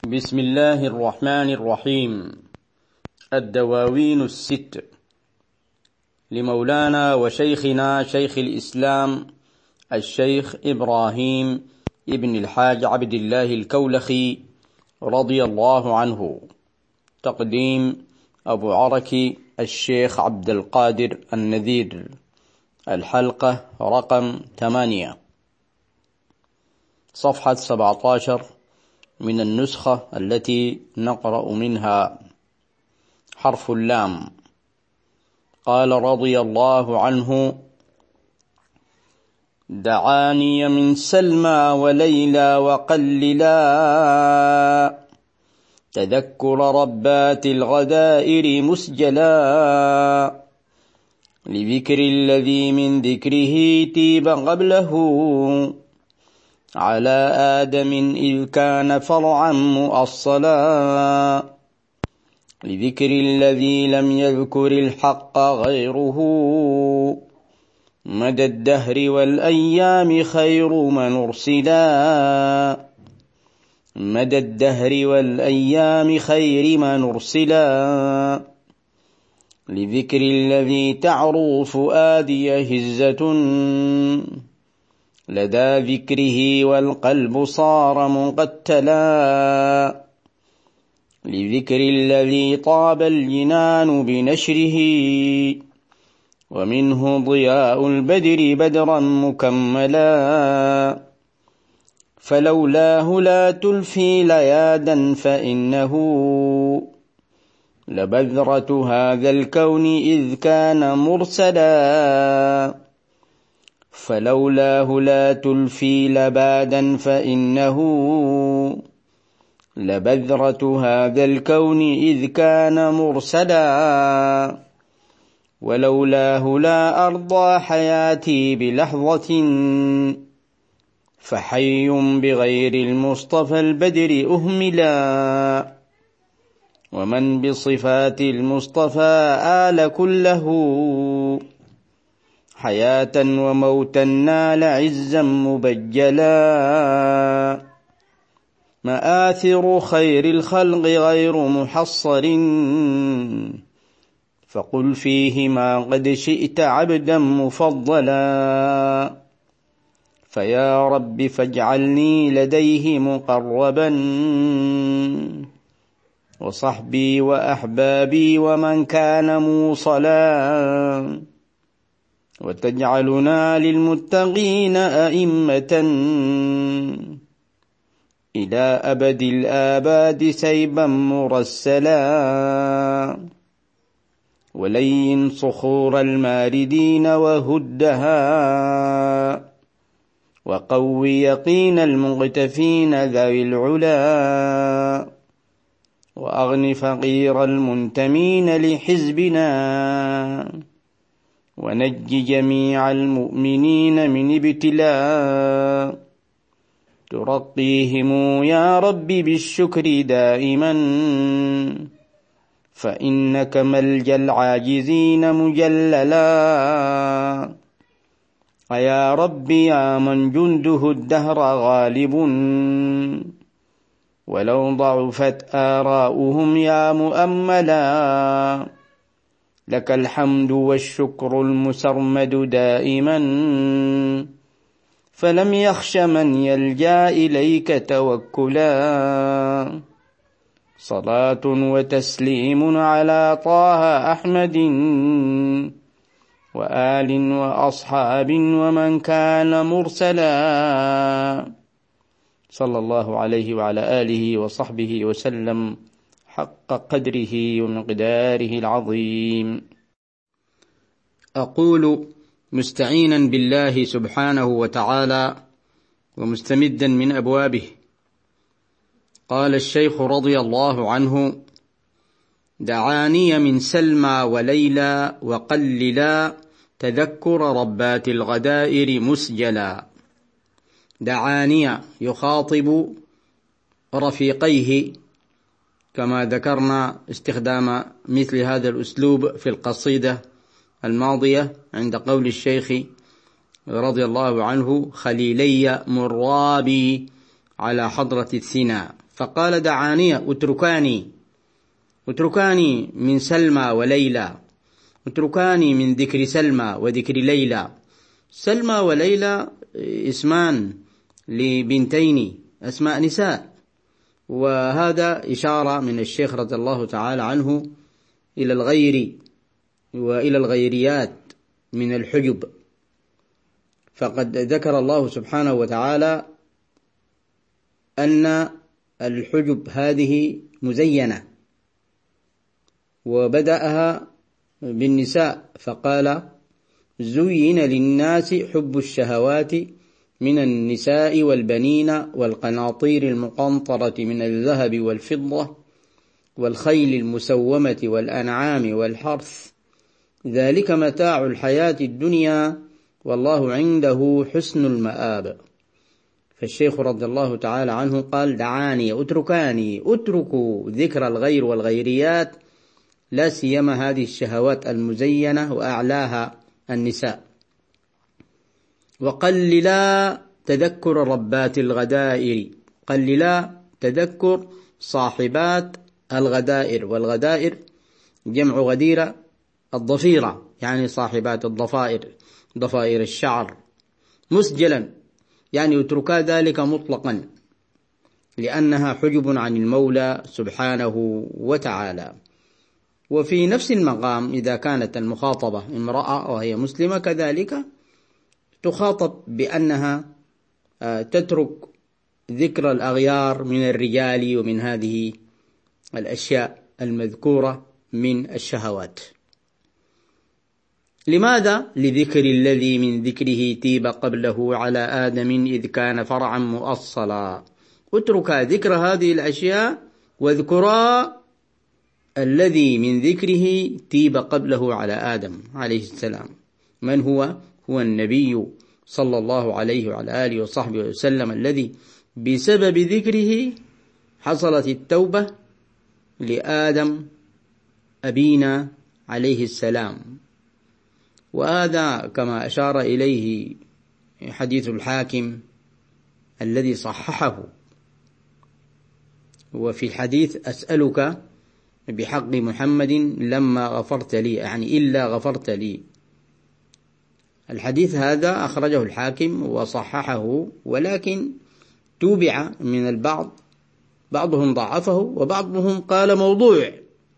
بسم الله الرحمن الرحيم. الدواوين الست لمولانا وشيخنا شيخ الإسلام الشيخ إبراهيم ابن الحاج عبد الله الكولخي رضي الله عنه. تقديم أبو عركي الشيخ عبد القادر النذير. الحلقة رقم 8، صفحة 17 من النسخة التي نقرأ منها. حرف اللام. قال رضي الله عنه: دعاني من سلمى وليلى وقللا تذكر ربات الغدائر مسجلا لذكر الذي من ذكره تيب قبله على آدم إذ كان فرعا مؤصلا لذكر الذي لم يذكر الحق غيره مدى الدهر والأيام خير من أرسلا مدى الدهر والأيام خير من أرسلا لذكر الذي تعرو فؤادي هزة لدى ذكره والقلب صار مقتلا لذكر الذي طاب الجنان بنشره ومنه ضياء البدر بدرا مكملا فلولاه لا تلفي ليادا فإنه لبذرة هذا الكون إذ كان مرسلا فلولاه لا تلفي لبادا فإنه لبذرة هذا الكون إذ كان مرسلا ولولاه لا أرضى حياتي بلحظة فحي بغير المصطفى البدر أهملا ومن بصفات المصطفى آل كله حياة وموتا نال عزا مبجلا مآثر خير الخلق غير محصر فقل فيه ما قد شئت عبدا مفضلا فيا رب فاجعلني لديه مقربا وصحبي وأحبابي ومن كان موصلا وتجعلنا للمتقين أئمة إلى أبد الآباد سيبا مرسلا ولين صخور الماردين وهدها وقوي يقين المغتفين ذوي العلا وأغن فقير المنتمين لحزبنا ونج جميع المؤمنين من ابتلاء ترقيهم يا رب بالشكر دائما فإنك ملجأ العاجزين مجللا يا رب يا من جنده الدهر غالب ولو ضعفت آراؤهم يا مؤملا لك الحمد والشكر المسرمد دائما فلم يخش من يلجأ إليك توكلا صلاة وتسليم على طه أحمد وآل وأصحاب ومن كان مرسلا صلى الله عليه وعلى آله وصحبه وسلم حق قدره ومقداره العظيم. أقول مستعينا بالله سبحانه وتعالى ومستمدا من أبوابه. قال الشيخ رضي الله عنه: دعاني من سلمى وليلى وقللا تذكر ربات الغدائر مسجلا. دعاني يخاطب رفيقيه، كما ذكرنا استخدام مثل هذا الأسلوب في القصيدة الماضية عند قول الشيخ رضي الله عنه: خليلي مرابي على حضرة الثناء، فقال دعاني اتركاني من سلمى وليلى، اتركاني من ذكر سلمى وذكر ليلى. سلمى وليلى اسمان لبنتين أسماء نساء، وهذا إشارة من الشيخ رضي الله تعالى عنه إلى الغير وإلى الغيريات من الحجب. فقد ذكر الله سبحانه وتعالى أن الحجب هذه مزينة، وبدأها بالنساء فقال: زين للناس حب الشهوات من النساء والبنين والقناطير المقنطرة من الذهب والفضة والخيل المسومة والأنعام والحرث، ذلك متاع الحياة الدنيا والله عنده حسن المآب. فالشيخ رضي الله تعالى عنه قال: دعاني اتركوا ذكر الغير والغيريات، لا سيما هذه الشهوات المزينة وأعلاها النساء. وقللا تذكر ربات الغدائر، قللا تذكر صاحبات الغدائر، والغدائر جمع غديرة الضفيرة، يعني صاحبات الضفائر، ضفائر الشعر، مسجلا، يعني اتركا ذلك مطلقا، لأنها حجب عن المولى سبحانه وتعالى. وفي نفس المقام إذا كانت المخاطبة امرأة وهي مسلمة كذلك تخاطب بأنها تترك ذكر الأغيار من الرجال ومن هذه الأشياء المذكورة من الشهوات. لماذا؟ لذكر الذي من ذكره تيب قبله على آدم إذ كان فرعا مؤصلا. اتركا ذكر هذه الأشياء واذكرا الذي من ذكره تيب قبله على آدم عليه السلام. من هو؟ هو النبي صلى الله عليه وعلى آله وصحبه وسلم، الذي بسبب ذكره حصلت التوبة لآدم أبينا عليه السلام. وهذا كما أشار إليه حديث الحاكم الذي صححه. وفي الحديث: أسألك بحق محمد لما غفرت لي، يعني إلا غفرت لي. الحديث هذا أخرجه الحاكم وصححه، ولكن توبع من البعض، بعضهم ضعفه وبعضهم قال موضوع،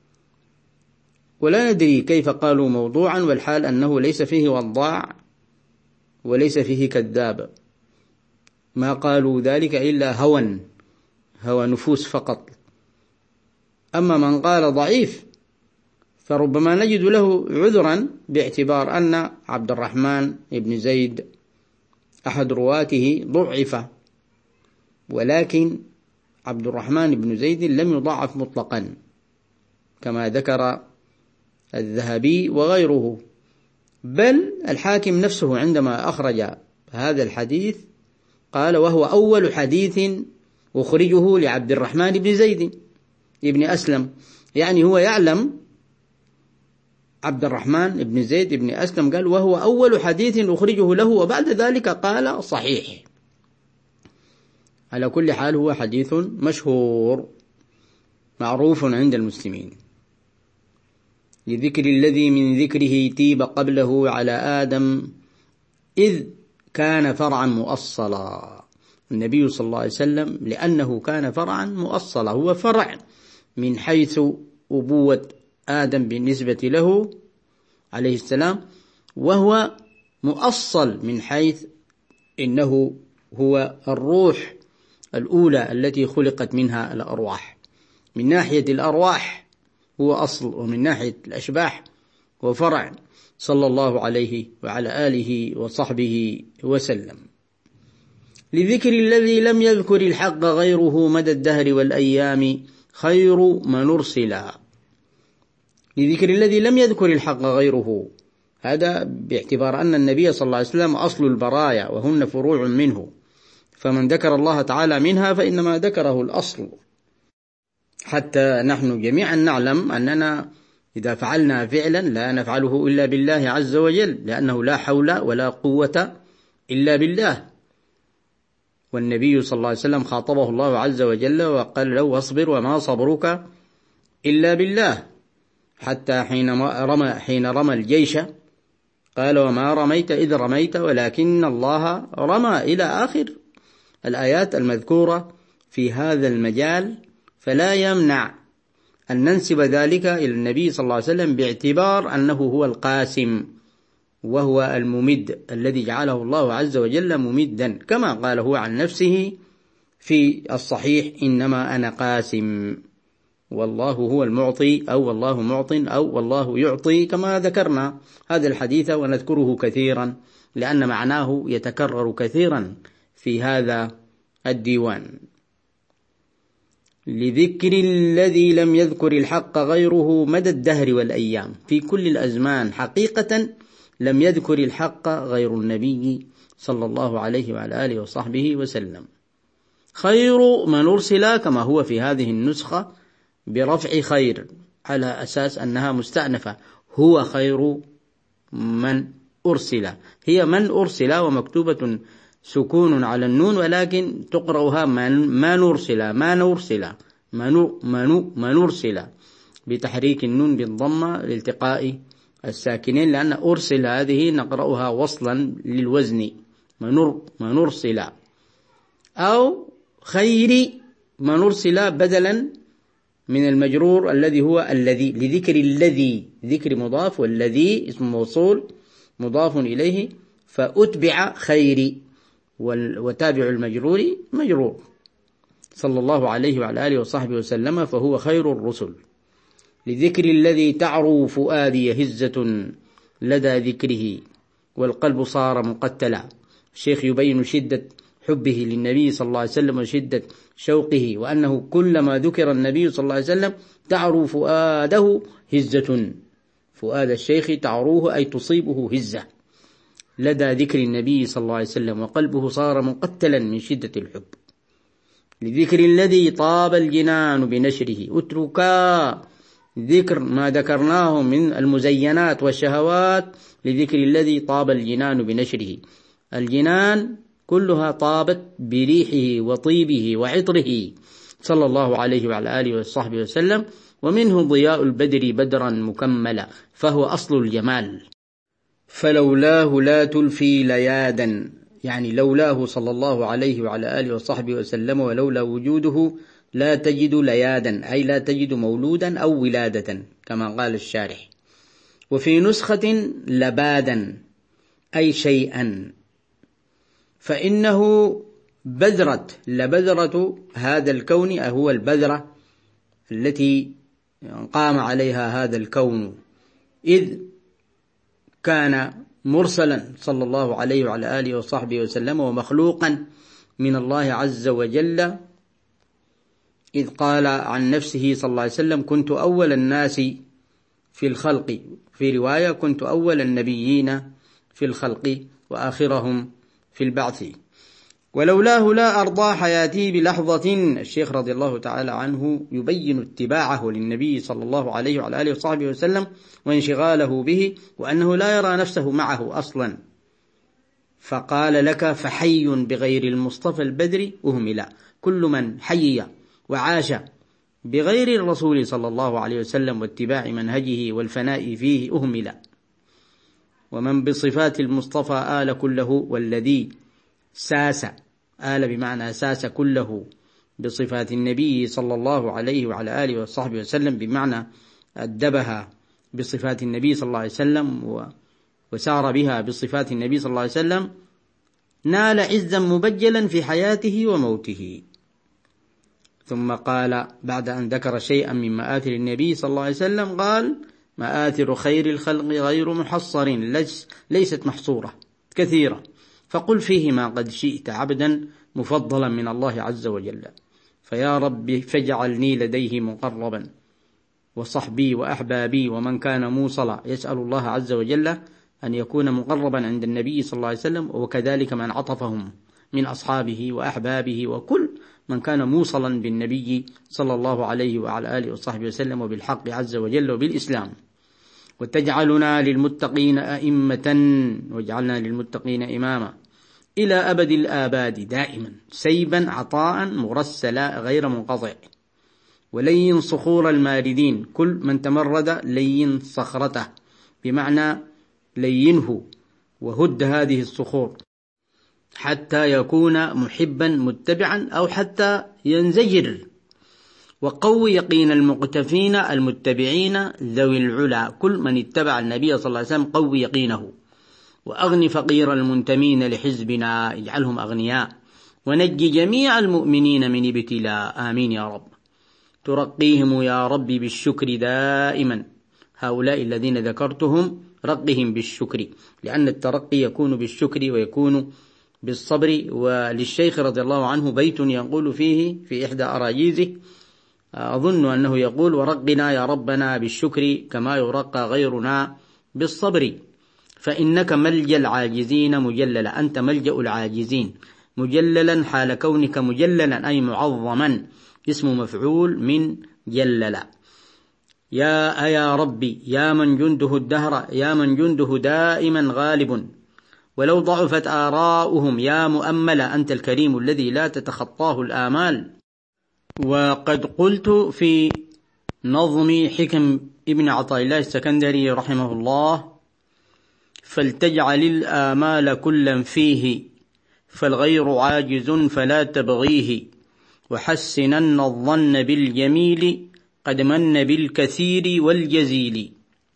ولا ندري كيف قالوا موضوعا والحال أنه ليس فيه وضاع وليس فيه كذاب. ما قالوا ذلك إلا هوى نفوس فقط. أما من قال ضعيف فربما نجد له عذرا، باعتبار أن عبد الرحمن بن زيد أحد رواته ضعف، ولكن عبد الرحمن بن زيد لم يضعف مطلقا كما ذكر الذهبي وغيره. بل الحاكم نفسه عندما أخرج هذا الحديث قال: وهو أول حديث أخرجه لعبد الرحمن بن زيد ابن أسلم، يعني هو يعلم عبد الرحمن بن زيد بن أسلم، قال وهو أول حديث أخرجه له، وبعد ذلك قال صحيح. على كل حال هو حديث مشهور معروف عند المسلمين. لذكر الذي من ذكره تيب قبله على آدم إذ كان فرعا مؤصلا. النبي صلى الله عليه وسلم لأنه كان فرعا مؤصلا، هو فرع من حيث أبوة آدم بالنسبة له عليه السلام، وهو مؤصل من حيث إنه هو الروح الأولى التي خلقت منها الأرواح. من ناحية الأرواح هو أصل، ومن ناحية الأشباح هو فرع، صلى الله عليه وعلى آله وصحبه وسلم. لذكر الذي لم يذكر الحق غيره مدى الدهر والأيام خير من أرسلا. لذكر الذي لم يذكر الحق غيره، هذا باعتبار أن النبي صلى الله عليه وسلم أصل البرايا وهن فروع منه، فمن ذكر الله تعالى منها فإنما ذكره الأصل، حتى نحن جميعا نعلم أننا إذا فعلنا فعلا لا نفعله إلا بالله عز وجل، لأنه لا حول ولا قوة إلا بالله. والنبي صلى الله عليه وسلم خاطبه الله عز وجل وقال له: واصبر وما صبرك إلا بالله. حتى حين رمى الجيش قال: وما رميت إذ رميت ولكن الله رمى، إلى آخر الآيات المذكورة في هذا المجال. فلا يمنع أن ننسب ذلك إلى النبي صلى الله عليه وسلم باعتبار أنه هو القاسم وهو الممد الذي جعله الله عز وجل ممدا، كما قال هو عن نفسه في الصحيح: إنما أنا قاسم، والله هو المعطي، أو والله معط، أو والله يعطي، كما ذكرنا هذا الحديث ونذكره كثيرا لأن معناه يتكرر كثيرا في هذا الديوان. لذكر الذي لم يذكر الحق غيره مدى الدهر والأيام. في كل الأزمان حقيقة لم يذكر الحق غير النبي صلى الله عليه وعلى آله وصحبه وسلم. خير من أرسل، كما هو في هذه النسخة برفع خير على أساس أنها مستأنفة، هو خير من أرسل. هي من أرسل ومكتوبة سكون على النون، ولكن تقرأها ما نرسل، ما نرسل، ما نرسل، بتحريك النون بالضمة لالتقاء الساكنين، لأن أرسل هذه نقرأها وصلا للوزن، ما نرسل. أو خير ما نرسل بدلا من المجرور الذي هو الذي، لذكر الذي، ذكر مضاف، والذي اسم موصول مضاف إليه، فأتبع خير، وتابع المجرور مجرور، صلى الله عليه وعلى آله وصحبه وسلم، فهو خير الرسل. لذكر الذي تعرو فؤادي هزة لدى ذكره والقلب صار مقتلا. الشيخ يبين شدة حبه للنبي صلى الله عليه وسلم وشدة شوقه، وأنه كلما ذكر النبي صلى الله عليه وسلم تعرو فؤاده هزة، فؤاد الشيخ تعروه أي تصيبه هزة لدى ذكر النبي صلى الله عليه وسلم، وقلبه صار مقتلا من شدة الحب. لذكر الذي طاب الجنان بنشره. اتركا ذكر ما ذكرناه من المزينات والشهوات لذكر الذي طاب الجنان بنشره. الجنان كلها طابت بريحه وطيبه وعطره صلى الله عليه وعلى آله وصحبه وسلم، ومنه ضياء البدر بدرا مكملا، فهو أصل الجمال. فلولاه لا تلفي ليادا، يعني لولاه صلى الله عليه وعلى آله وصحبه وسلم، ولولا وجوده لا تجد ليادا، أي لا تجد مولودا أو ولادة كما قال الشارح. وفي نسخة لبادا أي شيئا، فإنه لبذرة هذا الكون، هو البذرة التي قام عليها هذا الكون، إذ كان مرسلا صلى الله عليه وعلى آله وصحبه وسلم ومخلوقا من الله عز وجل، إذ قال عن نفسه صلى الله عليه وسلم: كنت أول الناس في الخلق، في رواية: كنت أول النبيين في الخلق وآخرهم في البعث. ولولاه لا أرضى حياتي بلحظة. الشيخ رضي الله تعالى عنه يبين اتباعه للنبي صلى الله عليه وعلى آله وصحبه وسلم وانشغاله به، وأنه لا يرى نفسه معه أصلا. فقال لك: فحي بغير المصطفى البدر أهملا. كل من حي وعاش بغير الرسول صلى الله عليه وسلم واتباع منهجه والفناء فيه أهملا. ومن بصفات المصطفى آل كله، والذي ساس، آل بمعنى ساس كله بصفات النبي صلى الله عليه وعلى آله وصحبه وسلم، بمعنى أدبها بصفات النبي صلى الله عليه وسلم وسار بها بصفات النبي صلى الله عليه وسلم، نال عزا مبجلا في حياته وموته. ثم قال بعد أن ذكر شيئا من مآثر النبي صلى الله عليه وسلم، قال: مآثر خير الخلق غير محصر، ليست محصورة، كثيرة، فقل فيه ما قد شئت عبدا مفضلا من الله عز وجل. فيا رب فاجعلني لديه مقربا، وصحبي وأحبابي ومن كان موصلا. يسأل الله عز وجل أن يكون مقربا عند النبي صلى الله عليه وسلم، وكذلك من عطفهم من أصحابه وأحبابه وكل من كان موصلا بالنبي صلى الله عليه وعلى آله وصحبه وسلم وبالحق عز وجل وبالإسلام. وتجعلنا للمتقين أئمة، واجعلنا للمتقين إماما. إلى أبد الآباد دائما، سيبا عطاء مرسلا غير منقطع. ولين صخور الماردين، كل من تمرد لين صخرته، بمعنى لينه وهد هذه الصخور حتى يكون محبا متبعا أو حتى ينزجر. وقوي يقين المقتفين المتبعين ذوي العلا، كل من اتبع النبي صلى الله عليه وسلم قوي يقينه. وأغن فقير المنتمين لحزبنا، اجعلهم أغنياء. ونجي جميع المؤمنين من ابتلاء، آمين يا رب. ترقيهم يا رب بالشكر دائما، هؤلاء الذين ذكرتهم رقهم بالشكر، لأن الترقي يكون بالشكر ويكون بالصبر. وللشيخ رضي الله عنه بيت يقول فيه في إحدى أراجيزه، أظن أنه يقول: ورقنا يا ربنا بالشكر كما يرقى غيرنا بالصبر، فإنك ملجأ العاجزين مجللا، أنت ملجأ العاجزين مجللا، حال كونك مجللا أي معظما، اسم مفعول من جللا. يا ربي يا من جنده الدهر، يا من جنده دائما غالب، ولو ضعفت آراؤهم يا مؤمل، أنت الكريم الذي لا تتخطاه الآمال. وقد قلت في نظم حكم ابن عطاء الله السكندري رحمه الله: فلتجعل الآمال كلا فيه، فالغير عاجز فلا تبغيه، وحسنن الظن بالجميل، قد من بالكثير والجزيل.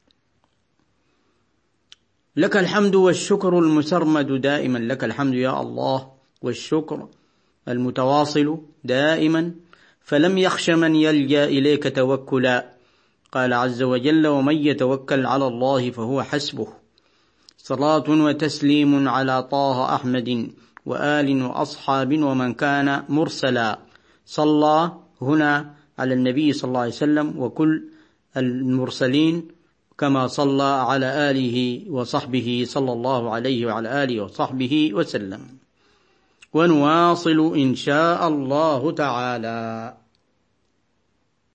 لك الحمد والشكر المسرمد دائما، لك الحمد يا الله والشكر المتواصل دائما، فلم يخش من يلجأ إليك توكلا. قال عز وجل: ومن يتوكل على الله فهو حسبه. صلاة وتسليم على طه أحمد وآل وأصحاب ومن كان مرسلا. صلى هنا على النبي صلى الله عليه وسلم وكل المرسلين، كما صلى على آله وصحبه صلى الله عليه وعلى آله وصحبه وسلم. ونواصل إن شاء الله تعالى.